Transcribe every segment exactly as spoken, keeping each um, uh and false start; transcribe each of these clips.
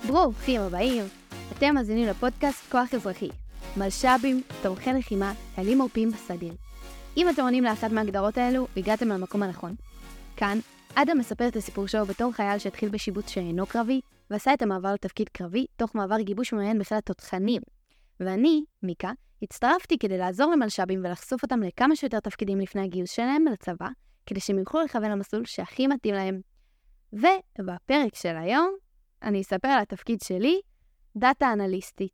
ברוכים הבאים, אתם מאזינים לפודקאסט כוח אזרחי, מלש"בים, תומכי לחימה, חיילים עורפיים בסדיר. אם אתם עונים לאחת מההגדרות האלו, הגעתם למקום הנכון. כאן, אדם מספר את הסיפור שלו בתור חייל שהתחיל בשיבוץ שאינו קרבי, ועשה את המעבר לתפקיד קרבי, תוך מעבר גיבוש מעניין בחיל התותחנים. ואני, מיקה, הצטרפתי כדי לעזור למלש"בים ולחשוף אותם לכמה שיותר תפקידים לפני הגיוס שלהם לצבא, כדי שהם יוכלו לכוון למסלול שהכי מתאים להם. ובפרק של היום, אני אספר על התפקיד שלי, דאטה אנליסטית.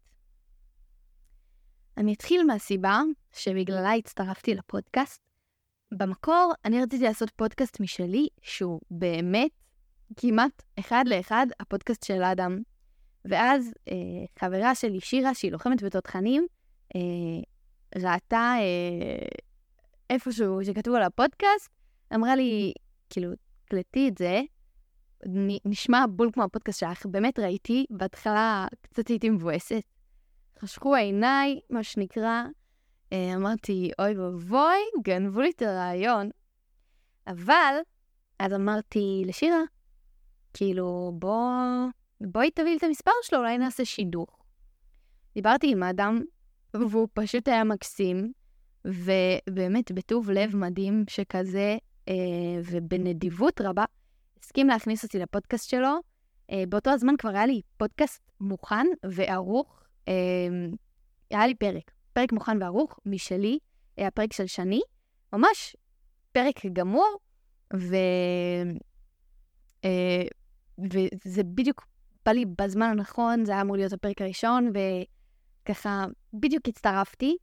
אני אתחיל מהסיבה שבגללה הצטרפתי לפודקאסט. במקור אני רציתי לעשות פודקאסט משלי, שהוא באמת כמעט אחד לאחד הפודקאסט של אדם. ואז אה, חברה שלי שירה, שהיא לוחמת בתותחנים, אה, ראתה אה, איפשהו שכתבו על הפודקאסט, אמרה לי, כאילו, קלטי את זה, נשמע בול כמו הפודקאסט שלך, באמת ראיתי, בהתחלה קצת הייתי מבואסת. חשכו עיניי, מה שנקרא, אמרתי, אוי ובוי, גנבו לי את הרעיון. אבל, אז אמרתי לשירה, כאילו, בוא, בואי תביא את המספר שלו, אולי נעשה שידוך. דיברתי עם אדם, והוא פשוט היה מקסים, ובאמת בטוב לב מדהים שכזה, ובנדיבות רבה, הסכים להכניס אותי לפודקאסט שלו. באותו הזמן כבר היה לי פודקאסט מוכן וערוך. היה לי פרק, פרק מוכן וערוך משלי, היה פרק של שני, ממש פרק גמור, ו... וזה בדיוק בא לי בזמן הנכון, זה היה אמור להיות הפרק הראשון, וככה בדיוק הצטרפתי.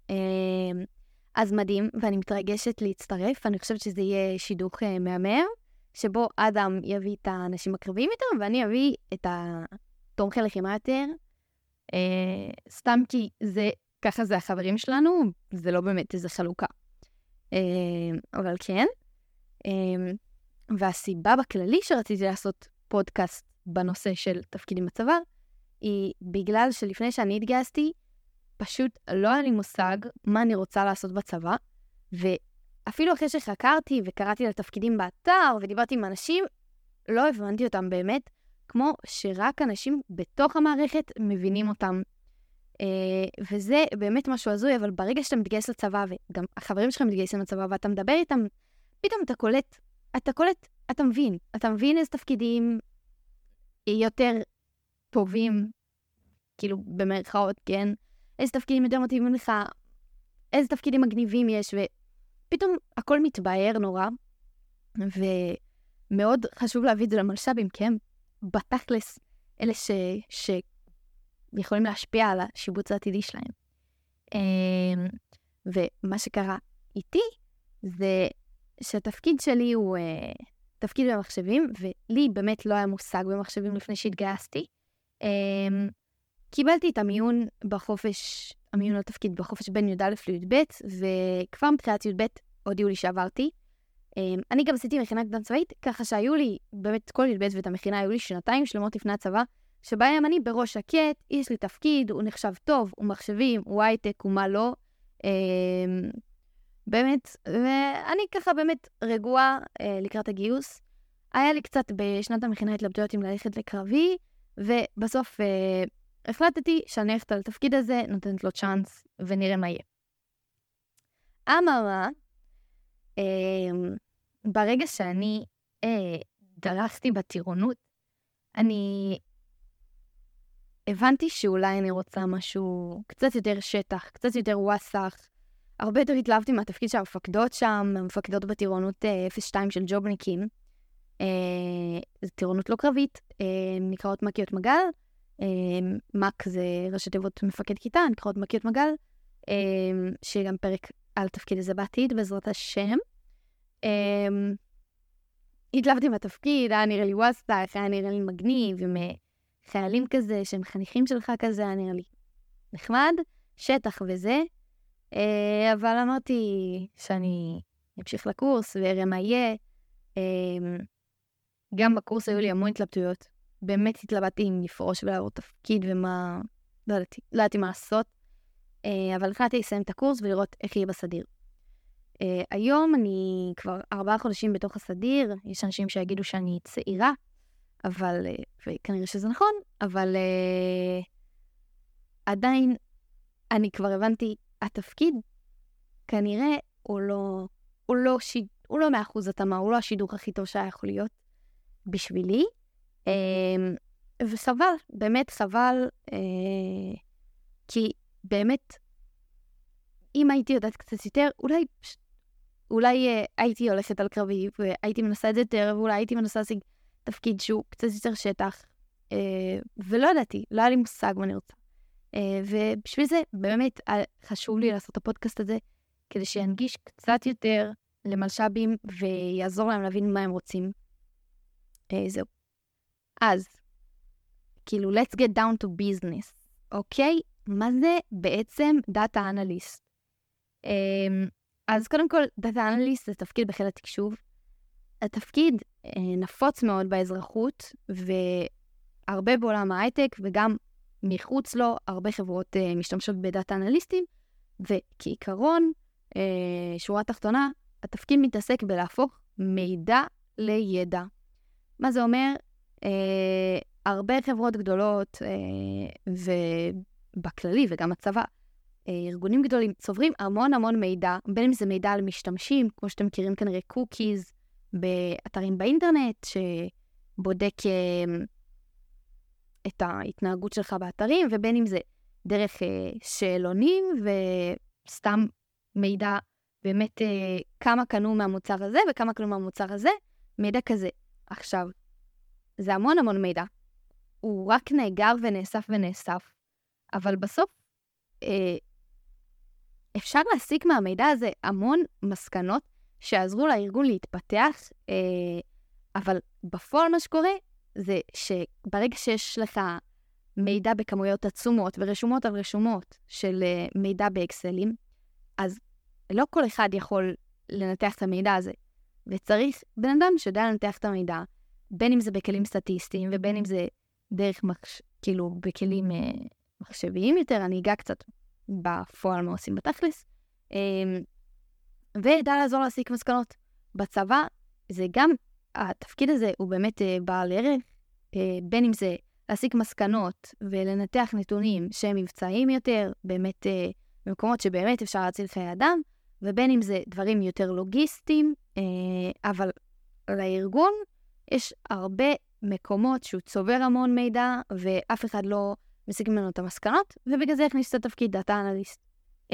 אז מדהים, ואני מתרגשת להצטרף, אני חושבת שזה יהיה שידוך מהמר, שבו אדם יביא את האנשים הקרביים יותר, ואני אביא את התומכי לחימה יותר. אה, סתם כי זה, ככה זה החברים שלנו, זה לא באמת איזו חלוקה. אה, אבל כן. אה, והסיבה בכללי שרציתי לעשות פודקאסט בנושא של תפקידים בצבא, היא בגלל שלפני שאני התגייסתי, פשוט לא היה לי מושג מה אני רוצה לעשות בצבא, ו... אפילו אחרי שחקרתי וקראתי לתפקידים באתר ודיברתי עם אנשים, לא הבנתי אותם באמת, כמו שרק אנשים בתוך המערכת מבינים אותם. וזה באמת משהו הזוי, אבל ברגע שאתה מתגייס לצבא, וגם החברים שלך מתגייסים לצבא, ואתה מדבר איתם, פתאום אתה קולט, אתה קולט, אתה מבין. אתה מבין איזה תפקידים יותר טובים, כאילו במרכאות, כן? איזה תפקידים יותר מתאימים לך, איזה תפקידים מגניבים יש, ו... פתאום הכל מתבהר נורא, ומאוד חשוב להביא את זה למלש"בים, כי הם בתכלס אלה ש... שיכולים להשפיע על השיבוץ העתידי שלהם. ומה שקרה איתי, זה שהתפקיד שלי הוא תפקיד במחשבים, ולי באמת לא היה מושג במחשבים לפני שהתגייסתי. קיבלתי את המיון בחופש, המיון לתפקיד בחופש בין י"א לי"ב, וכבר מתחילת י"ב הודיעו לי שעברתי. אני גם עשיתי מכינה קדם צבאית, ככה שהיו לי, באמת כל י"ב ואת המכינה היו לי שנתיים שלמות לפני הצבא, שבהם אני בראש שקט, יש לי תפקיד, הוא נחשב טוב, הוא מחשבים, הוא הייטק, הוא מה לא. באמת, ואני ככה באמת רגועה לקראת הגיוס. היה לי קצת בשנת המכינה התלבטויות עם ללכת לקרבי, ובסוף... החלטתי שאני הולכת על התפקיד הזה, נותנת לו צ'אנס, ונראה מה יהיה. אמרה, אה, ברגע שאני אה, דרכתי בטירונות, אני הבנתי שאולי אני רוצה משהו קצת יותר שטח, קצת יותר וואסח. הרבה יותר התלהבתי מהתפקיד של המפקדות שם, המפקדות בטירונות אה, אפס שתיים של ג'ובניקים. אה, זו טירונות לא קרבית, אה, נקראות מקיות מגל, מק זה ראשי תיבות מפקד כיתה, נקראות מקיות מגל, שגם פרק על תפקיד הזה בעתיד, בעזרת השם. התלהבתי מהתפקיד, היה נראה לי וואסטה, היה נראה לי מגניב, עם חיילים כזה, שהם חניכים שלך כזה, היה נראה לי נחמד, שטח וזה, אבל אמרתי שאני אמשיך לקורס ואראה מה יהיה. גם בקורס היו לי המון התלבטויות, באמת התלבטתי אם לפרוש ולעבור תפקיד ומה, לא ידעתי, לא ידעתי מה לעשות, אבל החלטתי לסיים את הקורס ולראות איך יהיה בסדיר. היום אני כבר ארבעה חודשים בתוך הסדיר, יש אנשים שיגידו שאני צעירה, אבל, וכנראה שזה נכון, אבל uh, עדיין אני כבר הבנתי, התפקיד כנראה הוא לא, הוא לא, שיד, הוא לא מאה אחוז התאמה, הוא לא השידוך הכי טוב שהיה יכול להיות בשבילי, uh, וסבל, באמת סבל, uh, כי באמת, אם הייתי יודעת קצת יותר, אולי, אולי uh, הייתי הולכת על קרבי, והייתי מנסה את זה יותר, ואולי הייתי מנסה להשיג תפקיד שהוא קצת יותר שטח, uh, ולא ידעתי, לא היה לי מושג מה אני רוצה. Uh, ובשביל זה באמת חשוב לי לעשות את הפודקאסט הזה, כדי שינגיש קצת יותר למלשבים, ויעזור להם להבין מה הם רוצים. Uh, זהו. אז, כאילו, let's get down to business, אוקיי? מה זה בעצם דאטה אנליסט? Um, אז קודם כל, דאטה אנליסט זה תפקיד בחיל התקשוב. התפקיד uh, נפוץ מאוד באזרחות, והרבה בעולם ההייטק, וגם מחוץ לו, הרבה חברות uh, משתמשות בדאטה אנליסטים, וכעיקרון, uh, שורה תחתונה, התפקיד מתעסק בלהפוך מידע לידע. מה זה אומר? Uh, הרבה חברות גדולות, uh, ובכללי וגם הצבא, uh, ארגונים גדולים צוברים המון המון מידע, בין אם זה מידע על משתמשים, כמו שאתם מכירים כנראה קוקיז, באתרים באינטרנט, שבודק uh, את ההתנהגות שלך באתרים, ובין אם זה דרך uh, שאלונים, וסתם מידע באמת uh, כמה קנו מהמוצר הזה, וכמה קנו מהמוצר הזה, מידע כזה. עכשיו, זה המון המון מידע. הוא רק נאגר ונאסף ונאסף, אבל בסוף אה, אפשר להסיק מהמידע הזה המון מסקנות שעזרו לארגון להתפתח, אה, אבל בפועל מה שקורה זה שברגע שיש לך מידע בכמויות עצומות ורשומות על רשומות של אה, מידע באקסלים, אז לא כל אחד יכול לנתח את המידע הזה, וצריך בן אדם שיודע לנתח את המידע, בין אם זה בכלים סטטיסטיים, ובין אם זה דרך, מחש... כאילו, בכלים אה, מחשביים יותר, אני אגע קצת בפועל מה עושים בתכלס, אה, וידע לעזור להסיק מסקנות. בצבא, זה גם, התפקיד הזה הוא באמת אה, בעל ערך, אה, בין אם זה להסיק מסקנות, ולנתח נתונים שהם מבצעיים יותר, באמת, אה, במקומות שבאמת אפשר להציל חיי אדם, ובין אם זה דברים יותר לוגיסטיים, אה, אבל לארגון, יש הרבה מקומות שהוא צובר המון מידע, ואף אחד לא משיג ממנו את המסקנות, ובגלל זה הכניס את התפקיד דאטה אנליסט.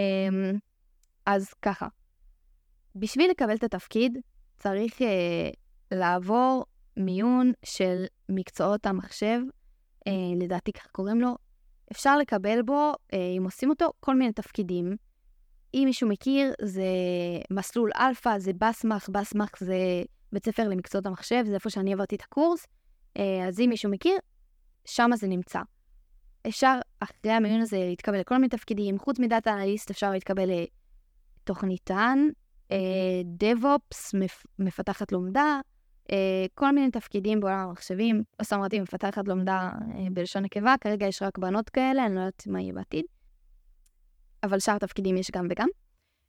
אז ככה, בשביל לקבל את התפקיד, צריך אה, לעבור מיון של מקצועות המחשב, אה, לדעתי כך קוראים לו, אפשר לקבל בו, אה, אם עושים אותו, כל מיני תפקידים. אם מישהו מכיר, זה מסלול אלפא, זה בסמך, בסמך זה בית ספר למקצועות המחשב, זה איפה שאני עברתי את הקורס, אז אם מישהו מכיר, שם זה נמצא. אפשר אחרי המיון הזה להתקבל לכל מיני תפקידים, חוץ מדאטה אנליסט אפשר להתקבל לתוכניתן, דב-אופס, מפתחת לומדה, כל מיני תפקידים בעולם המחשבים, עושה אמרתי מפתחת לומדה בלשון נקבה, כרגע יש רק בנות כאלה, אני לא יודעת מה יהיה בעתיד, אבל שאר תפקידים יש גם וגם.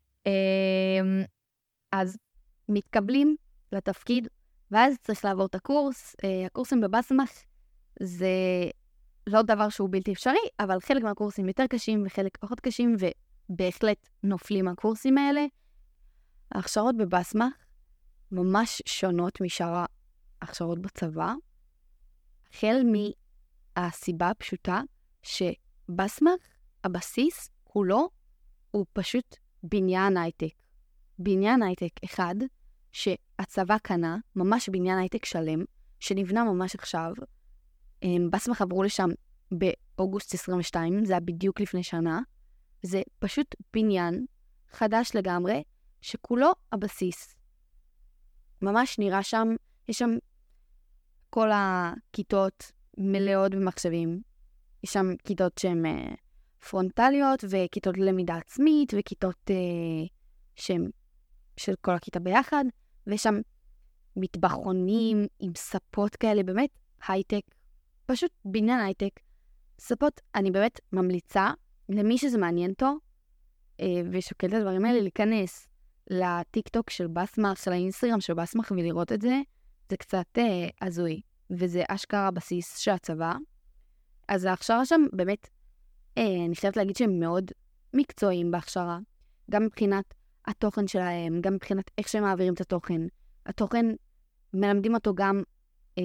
אז מתקבלים לתפקיד, ואז צריך לעבור את הקורס. הקורסים בבסמך זה לא דבר שהוא בלתי אפשרי, אבל חלק מהקורסים יותר קשים וחלק פחות קשים, ובהחלט נופלים מהקורסים האלה. ההכשרות בבסמך ממש שונות משאר ההכשרות בצבא, החל מהסיבה הפשוטה שבסמך, הבסיס כולו, הוא פשוט בניין הייטק. בניין הייטק אחד, שהצבא קנה, ממש בניין הייטק שלם, שנבנה ממש עכשיו. בסמך עברו לשם באוגוסט עשרים ושתיים, זה היה בדיוק לפני שנה. זה פשוט בניין חדש לגמרי, שכולו הבסיס. ממש נראה שם, יש שם כל הכיתות מלאות במחשבים. יש שם כיתות שהן פרונטליות, וכיתות ללמידה עצמית, וכיתות uh, שהן של כל הכיתה ביחד, ויש שם מטבחונים עם ספות כאלה, באמת הייטק, פשוט בניין הייטק. ספות, אני באמת ממליצה למי שזה מעניין אותו, אה, ושוקל את הדברים האלה, להיכנס לטיק טוק של בסמך, של האינסטגרם של בסמך, ולראות את זה, זה קצת אה, הזוי. וזה אשכרה בסיס של הצבא. אז ההכשרה שם באמת, אה, אני חייבת להגיד שהם מאוד מקצועיים בהכשרה, גם מבחינת התוכן שלהם, גם מבחינת איך שהם מעבירים את התוכן. התוכן, מלמדים אותו גם אה,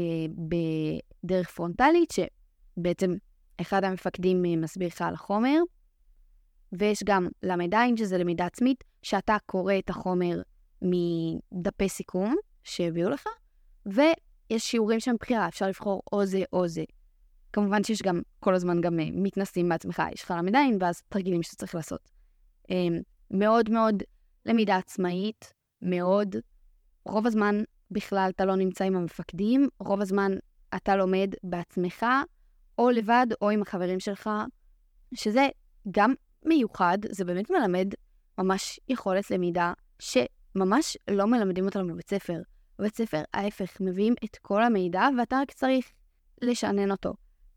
בדרך פרונטלית, שבעצם אחד המפקדים אה, מסביר לך על החומר, ויש גם למדעים, שזה למידה עצמית, שאתה קורא את החומר מדפי סיכום שהביאו לך, ויש שיעורים שהם בחירה, אפשר לבחור או זה או זה. כמובן שיש גם כל הזמן גם אה, מתנסים בעצמך, יש לך למדעים, ואז תרגילים שאתה צריך לעשות. אה, מאוד מאוד למידה עצמאית, מאוד. רוב הזמן בכלל אתה לא נמצא עם המפקדים, רוב הזמן אתה לומד בעצמך, או לבד או עם החברים שלך, שזה גם מיוחד, זה באמת מלמד ממש יכולת למידה, שממש לא מלמדים אותנו בבית ספר. בבית ספר ההפך, מביאים את כל המידע, ואתה רק צריך לשענן אותו.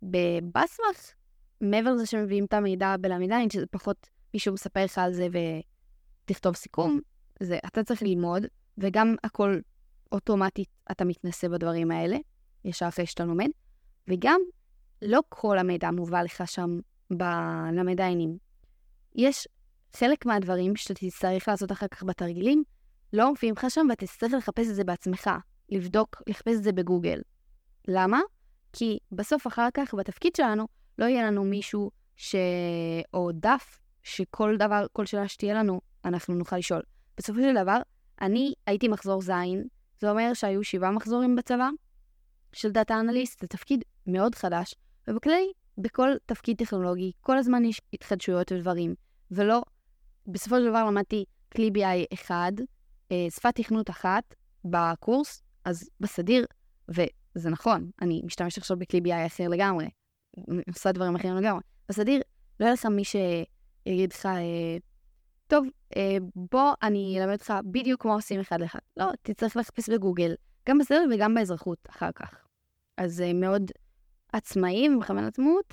בבסמך, מעבר לזה שמביאים את המידע בלמידיים, שזה פחות מישהו מספר לך על זה ותכתוב סיכום, זה אתה צריך ללמוד, וגם הכל אוטומטית אתה מתנסה בדברים האלה, ישר אחרי שאתה לומד, וגם לא כל המידע מובא לך שם בלמדיינים. יש חלק מהדברים שאתה תצטרך לעשות אחר כך בתרגילים, לא מופיעים לך שם ואתה תצטרך לחפש את זה בעצמך, לבדוק, לחפש את זה בגוגל. למה? כי בסוף אחר כך בתפקיד שלנו לא יהיה לנו מישהו ש... או דף שכל דבר, כל שאלה שתהיה לנו, אנחנו נוכל לשאול. בסופו של דבר, אני הייתי מחזור זין, זה אומר שהיו שבעה מחזורים בצבא של דאטה אנליסט, זה תפקיד מאוד חדש, ובכללי, בכל תפקיד טכנולוגי, כל הזמן יש התחדשויות ודברים, ולא, בסופו של דבר למדתי כלי בי איי אחד, שפת תכנות אחת בקורס, אז בסדיר, וזה נכון, אני משתמשת עכשיו בכלי בי איי אחר לגמרי, עושה דברים אחרים לגמרי, בסדיר, לא יהיה לך מי שיגיד לך, טוב, בוא אני אלמד לך בדיוק מה עושים אחד לאחד. לא, תצטרך לחפש בגוגל, גם בסדר וגם באזרחות אחר כך. אז זה מאוד עצמאיים ומכוון עצמאות,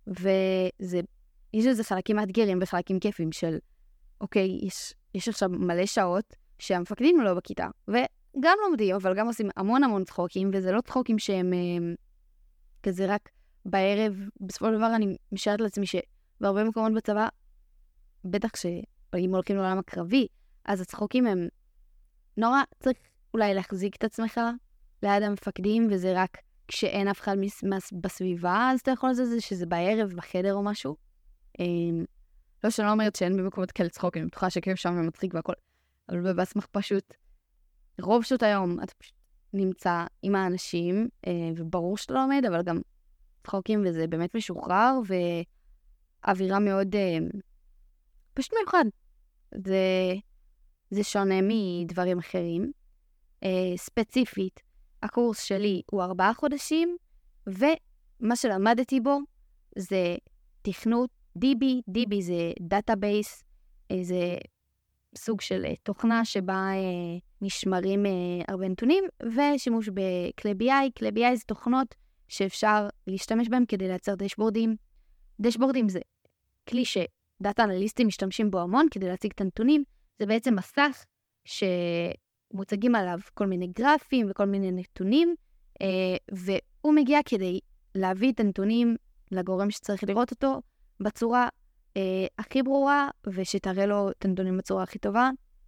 ויש לזה חלקים מאתגרים וחלקים כיפים של, אוקיי, יש, יש עכשיו מלא שעות שהמפקדים לא בכיתה, וגם לומדים, אבל גם עושים המון המון צחוקים, וזה לא צחוקים שהם הם, כזה רק בערב. בסופו של דבר אני משארת לעצמי שבהרבה מקומות בצבא, בטח שאם הולכים לעולם הקרבי, אז הצחוקים הם נורא, צריך אולי להחזיק את עצמך ליד המפקדים, וזה רק כשאין אף אחד בסביבה, אז אתה יכול לזה זה שזה בערב, בחדר או משהו. לא שאני לא אומרת שאין במקומות כאלה צחוק, אני בטוחה שכיף שם ומצחיק והכל, אבל בבסמך פשוט, רוב שעות היום אתה פשוט נמצא עם האנשים, וברור שאתה לא עומד, אבל גם צחוקים, וזה באמת משוחרר, ואווירה מאוד פשוט מיוחד. זה, זה שונה מדברים אחרים. ספציפית, הקורס שלי הוא ארבעה חודשים, ומה שלמדתי בו זה תכנות די בי. די בי זה דאטאבייס, זה סוג של תוכנה שבה נשמרים הרבה נתונים, ושימוש בכלי בי איי. כלי בי איי זה תוכנות שאפשר להשתמש בהם כדי לייצר דשבורדים. דשבורדים זה כלי שדאטה אנליסטים משתמשים בו המון כדי להציג את הנתונים. זה בעצם מסך ש... מוצגים עליו כל מיני גרפים וכל מיני נתונים, והוא מגיע כדי להביא את הנתונים לגורם שצריך לראות אותו בצורה הכי ברורה, ושתראה לו את הנתונים בצורה הכי טובה.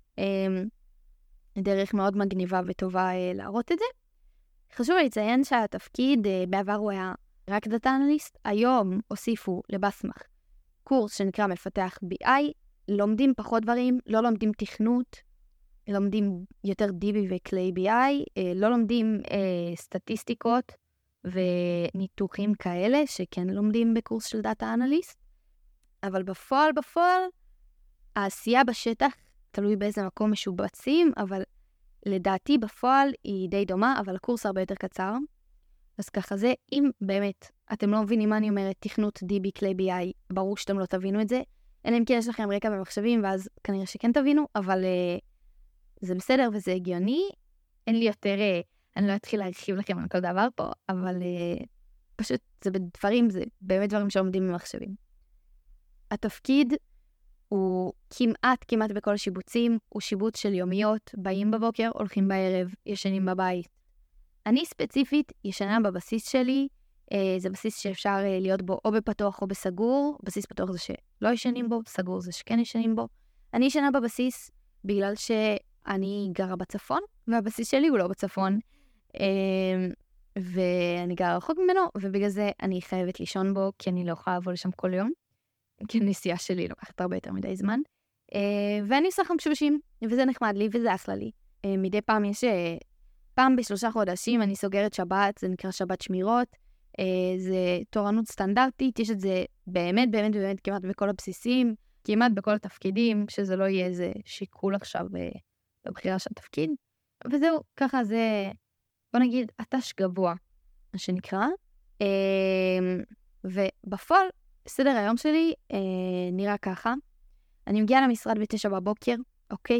דרך מאוד מגניבה וטובה להראות את זה. חשוב לציין שהתפקיד בעבר הוא היה רק דאטה אנליסט, היום הוסיפו לבסמך קורס שנקרא מפתח בי איי, לומדים פחות דברים, לא לומדים תכנות, לומדים יותר די בי וכלי בי איי, לא לומדים אה, סטטיסטיקות וניתוחים כאלה, שכן לומדים בקורס של דאטה אנליסט, אבל בפועל בפועל, העשייה בשטח, תלוי באיזה מקום משובצים, אבל לדעתי בפועל היא די דומה, אבל הקורס הרבה יותר קצר. אז ככה זה, אם באמת אתם לא מבינים מה אני אומרת, תכנות די בי, כלי בי איי, ברור שאתם לא תבינו את זה, אלא אם כן יש לכם רקע במחשבים, ואז כנראה שכן תבינו, אבל... אה, זה בסדר וזה הגיוני, אין לי יותר, אני לא אתחיל להרחיב לכם על כל דבר פה, אבל uh, פשוט זה בדברים, זה באמת דברים שעומדים במחשבים. התפקיד הוא כמעט, כמעט בכל השיבוצים, הוא שיבוץ של יומיות, באים בבוקר, הולכים בערב, ישנים בבית. אני ספציפית ישנה בבסיס שלי, אה, זה בסיס שאפשר אה, להיות בו או בפתוח או בסגור, בסיס פתוח זה שלא ישנים בו, סגור זה שכן ישנים בו. אני ישנה בבסיס בגלל שאני גרה בצפון, והבסיס שלי הוא לא בצפון, אה, ואני גרה רחוק ממנו, ובגלל זה אני חייבת לישון בו, כי אני לא יכולה לבוא לשם כל יום, כי הנסיעה שלי לוקחת הרבה יותר מדי זמן. Uh, ואני עושה חמשושים, וזה נחמד לי וזה אחלה לי. Uh, מדי פעם יש, uh, פעם בשלושה חודשים אני סוגרת שבת, זה נקרא שבת שמירות, uh, זה תורנות סטנדרטית, יש את זה באמת באמת באמת כמעט בכל הבסיסים, כמעט בכל התפקידים, שזה לא יהיה איזה שיקול עכשיו uh, בבחירה של התפקיד. וזהו, ככה זה, בוא נגיד, התש גבוה, מה שנקרא. Uh, ובפועל, סדר היום שלי uh, נראה ככה, אני מגיעה למשרד בתשע בבוקר, אוקיי?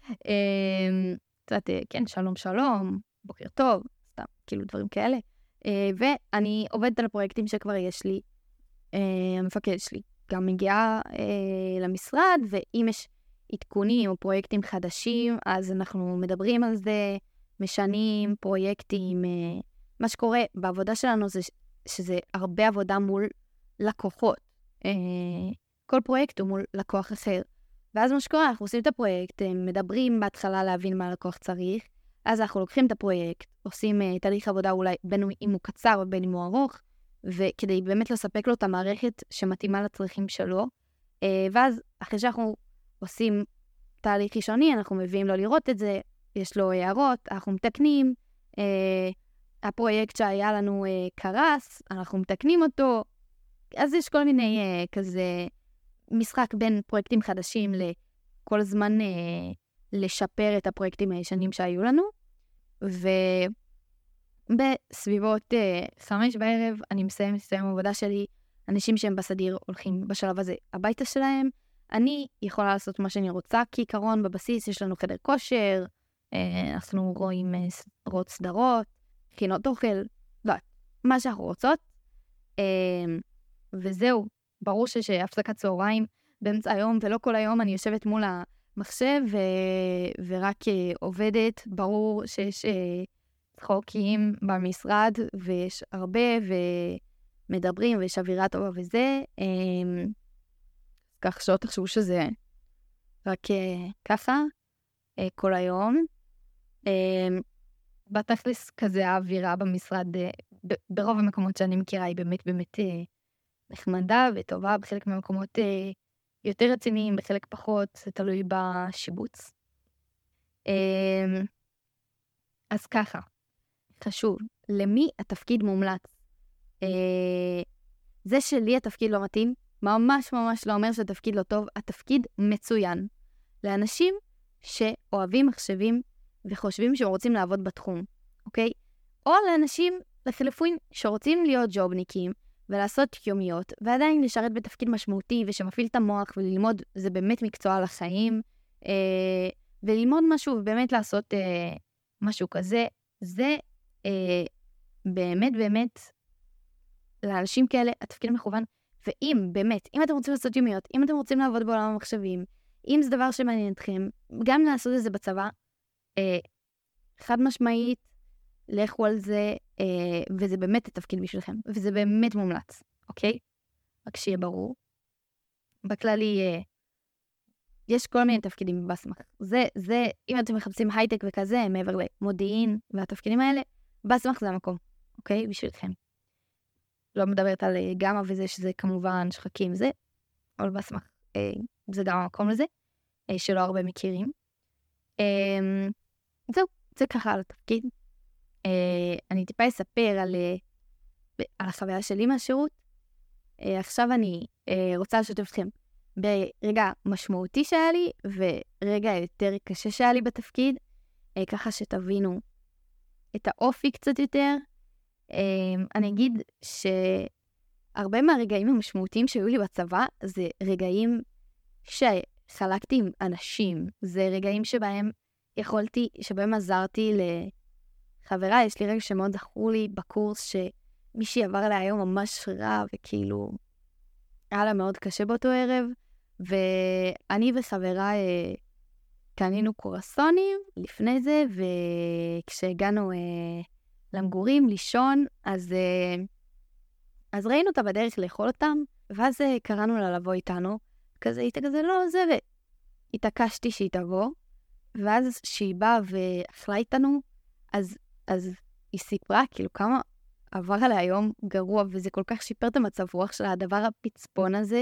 קצת, כן, שלום שלום, בוקר טוב, סתם, כאילו דברים כאלה. ואני עובדת על הפרויקטים שכבר יש לי, המפקד שלי גם מגיעה למשרד, ואם יש עדכונים או פרויקטים חדשים, אז אנחנו מדברים על זה, משנים פרויקטים. מה שקורה בעבודה שלנו זה שזה הרבה עבודה מול לקוחות. כל פרויקט הוא מול לקוח אחר. ואז מה שקורה, אנחנו עושים את הפרויקט, מדברים בהתחלה להבין מה הלקוח צריך, אז אנחנו לוקחים את הפרויקט, עושים uh, תהליך עבודה אולי בין אם הוא קצר או בין אם הוא ארוך, וכדי באמת לספק לו את המערכת שמתאימה לצרכים שלו, uh, ואז אחרי שאנחנו עושים תהליך ראשוני, אנחנו מביאים לו לראות את זה, יש לו הערות, אנחנו מתקנים, uh, הפרויקט שהיה לנו uh, קרס, אנחנו מתקנים אותו, אז יש כל מיני uh, כזה משחק בין פרויקטים חדשים לכל הזמן uh, לשפר את הפרויקטים הישנים שהיו לנו, ובסביבות uh, חמש בערב אני מסיימת את העבודה שלי, אנשים שהם בסדיר הולכים בשלב הזה הביתה שלהם, אני יכולה לעשות מה שאני רוצה, כעיקרון בבסיס יש לנו חדר כושר, uh, אנחנו רואים uh, רואות סדרות, חינות אוכל, לא, מה שאנחנו רוצות, uh, וזהו, ברור שיש הפסקת צהריים באמצע היום, ולא כל היום אני יושבת מול המחשב ו... ורק uh, עובדת, ברור שיש uh, צחוקים במשרד, ויש הרבה, ומדברים, ויש אווירה טובה וזה, um, כך שלא תחשבו שזה רק uh, ככה, uh, כל היום. Um, בתכלס כזה האווירה במשרד, uh, ב- ברוב המקומות שאני מכירה היא באמת באמת uh, נחמדה וטובה, בחלק מהמקומות uh, יותר רציניים, בחלק פחות, זה תלוי בשיבוץ. Um, אז ככה, חשוב, למי התפקיד מומלץ? Uh, זה שלי התפקיד לא מתאים, ממש ממש לא אומר שהתפקיד לא טוב, התפקיד מצוין. לאנשים שאוהבים מחשבים וחושבים שהם רוצים לעבוד בתחום, אוקיי? או לאנשים לחילופין שרוצים להיות ג'ובניקים ולעשות יומיות, ועדיין לשרת בתפקיד משמעותי ושמפעיל את המוח וללמוד, זה באמת מקצוע על החיים, אה, וללמוד משהו ובאמת לעשות אה, משהו כזה, זה אה, באמת באמת לאנשים כאלה התפקיד מכוון. ואם באמת, אם אתם רוצים לעשות יומיות, אם אתם רוצים לעבוד בעולם המחשבים, אם זה דבר שמעניין אתכם, גם לעשות את זה בצבא, אה, חד משמעית, לכו על זה, אה, וזה באמת התפקיד בשבילכם, וזה באמת מומלץ, אוקיי? רק שיהיה ברור. בכללי, אה, יש כל מיני תפקידים בבסמך. זה, זה, אם אתם מחפשים הייטק וכזה, מעבר למודיעין והתפקידים האלה, בסמך זה המקום, אוקיי? בשבילכם. לא מדברת על גמא וזה, שזה כמובן שחקים זה, אבל בסמך אה, זה גם המקום לזה, אה, שלא הרבה מכירים. אה, זהו, זה ככה על התפקיד. אה, אני טיפה אספר על, אה, על החוויה שלי מהשירות. אה, עכשיו אני אה, רוצה לשתף אתכם ברגע משמעותי שהיה לי, ורגע יותר קשה שהיה לי בתפקיד, אה, ככה שתבינו את האופי קצת יותר. Um, אני אגיד שהרבה מהרגעים המשמעותיים שהיו לי בצבא, זה רגעים שחלקתי עם אנשים, זה רגעים שבהם יכולתי, שבהם עזרתי לחברה, יש לי רגע שמאוד זכור לי בקורס שמישהי עבר עליה היום ממש רע, וכאילו היה לה מאוד קשה באותו ערב, ואני וחברה uh, קנינו קורסונים לפני זה, וכשהגענו uh, למגורים, לישון, אז, אז ראינו אותה בדרך לאכול אותם, ואז קראנו לה לבוא איתנו, כזה, היא כזה, לא, זה, והתעקשתי שהיא תבוא, ואז שהיא באה ואכלה איתנו, אז, אז היא סיפרה, כאילו, כמה עבר עליה היום גרוע, וזה כל כך שיפר את המצב רוח שלה, הדבר הפצפון הזה,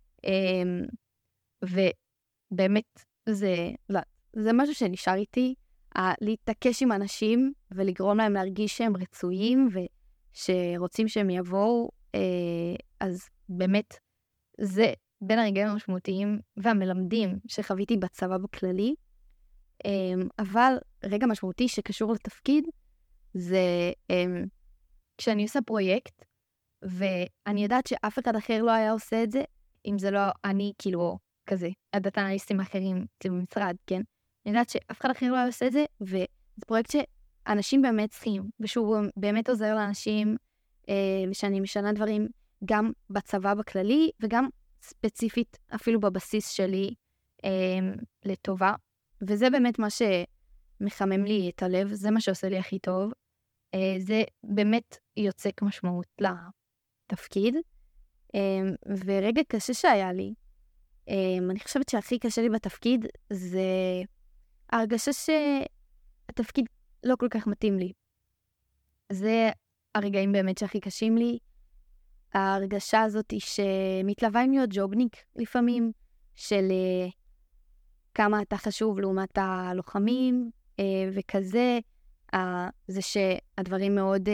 ובאמת, זה, לא, זה משהו שנשאר איתי, להתעקש עם אנשים ולגרום להם להרגיש שהם רצויים ושרוצים שהם יבואו, אז באמת זה בין הרגעים המשמעותיים והמלמדים שחוויתי בצבא בכללי, אבל רגע משמעותי שקשור לתפקיד זה כשאני עושה פרויקט ואני יודעת שאף אחד אחר לא היה עושה את זה, אם זה לא אני כאילו כזה, הדאטה אנליסטים האחרים כאילו במשרד, כן? אני יודעת שאף אחד אחר לא עושה את זה, וזה פרויקט שאנשים באמת צריכים, ושהוא באמת עוזר לאנשים, אה, ושאני משנה דברים גם בצבא בכללי, וגם ספציפית אפילו בבסיס שלי אה, לטובה. וזה באמת מה שמחמם לי את הלב, זה מה שעושה לי הכי טוב. אה, זה באמת יוצק משמעות לתפקיד. אה, ורגע קשה שהיה לי, אה, אני חושבת שהכי קשה לי בתפקיד זה ההרגשה שהתפקיד לא כל כך מתאים לי. זה הרגעים באמת שהכי קשים לי. ההרגשה הזאת היא שמתלווה עם להיות ג'ובניק לפעמים, של כמה אתה חשוב לעומת הלוחמים, וכזה, זה שהדברים מאוד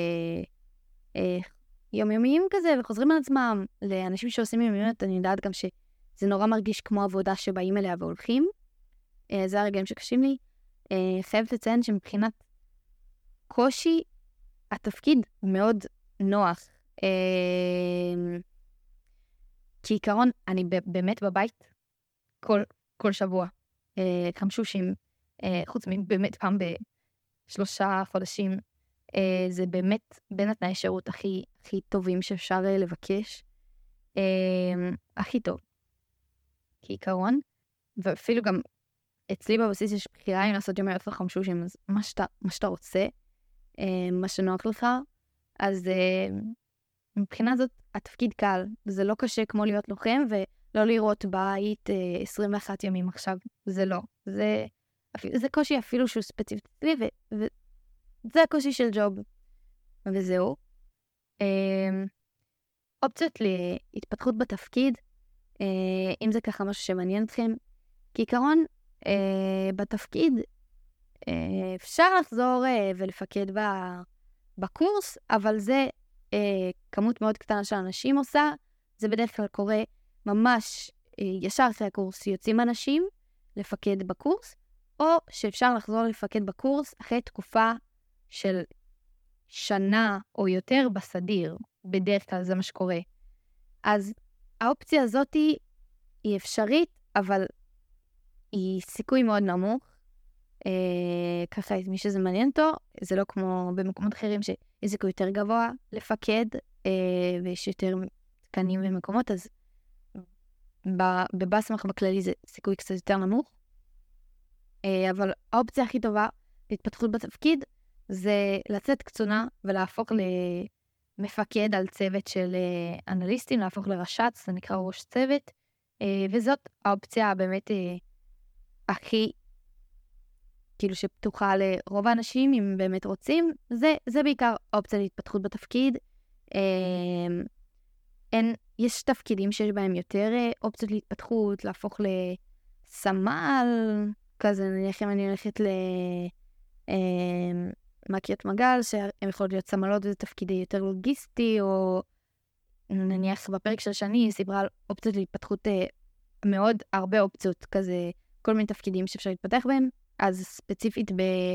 יומיומיים כזה, וחוזרים על עצמם. לאנשים שעושים יומיומיות, אני יודעת גם שזה נורא מרגיש כמו עבודה שבאים אליה והולכים. זה הרגעים שקשים לי. חייבת לציין שמבחינת קושי, התפקיד מאוד נוח. כעיקרון, אני באמת בבית כל, כל שבוע. חמשושים, חוץ מבאמת פעם בשלושה חודשים. זה באמת בין התנאי שירות הכי, הכי טובים שאפשר לבקש. הכי טוב. כעיקרון. ואפילו גם אצלי בבסיס יש בחירה אם לעשות יומיות וחמשושים, אז מה שאתה, מה שאתה רוצה, מה שנוח לך, אז מבחינה זאת התפקיד קל, זה לא קשה כמו להיות לוחם, ולא לראות בית עשרים ואחד ימים עכשיו, זה לא. זה, זה קושי אפילו שהוא ספציפי, וזה הקושי של ג'וב, וזהו. אופציות להתפתחות בתפקיד, אם זה ככה משהו שמעניין אתכם, כעיקרון, Uh, בתפקיד uh, אפשר לחזור uh, ולפקד בקורס, אבל זה uh, כמות מאוד קטנה שאנשים עושה. זה בדרך כלל קורה ממש uh, ישר אחרי הקורס יוצאים אנשים לפקד בקורס, או שאפשר לחזור לפקד בקורס אחרי תקופה של שנה או יותר בסדיר. בדרך כלל זה מה שקורה. אז האופציה הזאת היא, היא אפשרית, אבל היא סיכוי מאוד נמוך, אה, ככה מי שזה מעניין אותו, זה לא כמו במקומות אחרים שיש סיכוי יותר גבוה לפקד, אה, ויש יותר תקנים ומקומות, אז בבסמך בכללי זה סיכוי קצת יותר נמוך, אה, אבל האופציה הכי טובה להתפתחות בתפקיד, זה לצאת קצונה ולהפוך למפקד על צוות של אה, אנליסטים, להפוך לרש"ץ, זה נקרא ראש צוות, אה, וזאת האופציה באמת אה, הכי, כאילו שפתוחה לרוב האנשים, אם באמת רוצים, זה, זה בעיקר אופציה להתפתחות בתפקיד. אין, יש תפקידים שיש בהם יותר אופציות להתפתחות, להפוך לסמל, כזה נניח אם אני הולכת למקיות מגל, שהם יכולות להיות סמלות וזה תפקידי יותר לוגיסטי, או נניח בפרק של שני, סיפרה על אופציות להתפתחות מאוד, הרבה אופציות כזה, כל מיני תפקידים שאפשר להתפתח בהם, אז ספציפית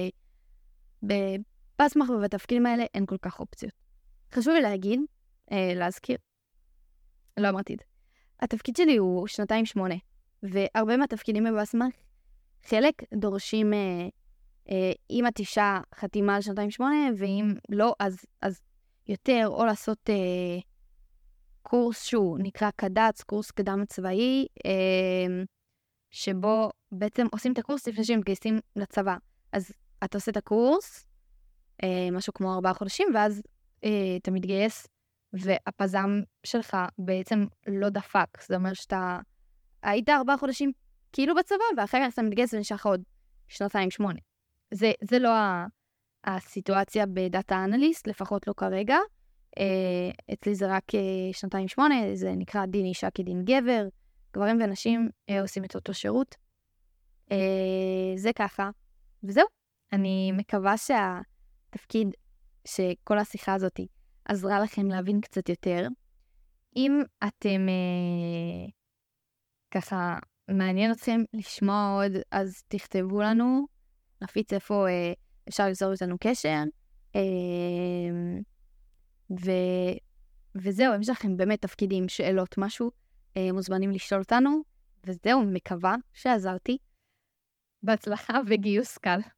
בפסמך ובתפקידים האלה אין כל כך אופציות. חשוב לי להגיד, אה, להזכיר, לא אמרתי את זה. התפקיד שלי הוא שנתיים שמונה, והרבה מהתפקידים בפסמך, חלק דורשים, אה, אה, אם את אישה חתימה על שנתיים שמונה, ואם לא, אז, אז יותר, או לעשות אה, קורס שהוא נקרא קד"צ, קורס קדם צבאי, אה, שבו בעצם עושים את הקורס לפני שהם מתגייסים לצבא. אז אתה עושה את הקורס, אה, משהו כמו ארבעה חודשים, ואז אה, אתה מתגייס, והפזם שלך בעצם לא דפק. זאת אומרת שאתה היית ארבעה חודשים כאילו בצבא, ואחר כך אתה מתגייס ונשאר לך עוד שנתיים שמונה. זה, זה לא ה, הסיטואציה בדאטה אנליסט, לפחות לא כרגע. אה, אצלי זה רק אה, שנתיים שמונה, זה נקרא דין אישה כדין גבר, גברים ונשים אה, עושים את אותו שירות. אה, זה ככה, וזהו. אני מקווה שהתפקיד שכל השיחה הזאת עזרה לכם להבין קצת יותר. אם אתם אה, ככה מעניין אתכם לשמוע עוד, אז תכתבו לנו, נפיץ איפה אה, אפשר ליצור איתנו קשר. אה, ו... וזהו, אם יש לכם באמת תפקידים, שאלות, משהו, אה, מוזמנים לשאול אותנו, וזהו, מקווה שעזרתי. בהצלחה וגיוס קל.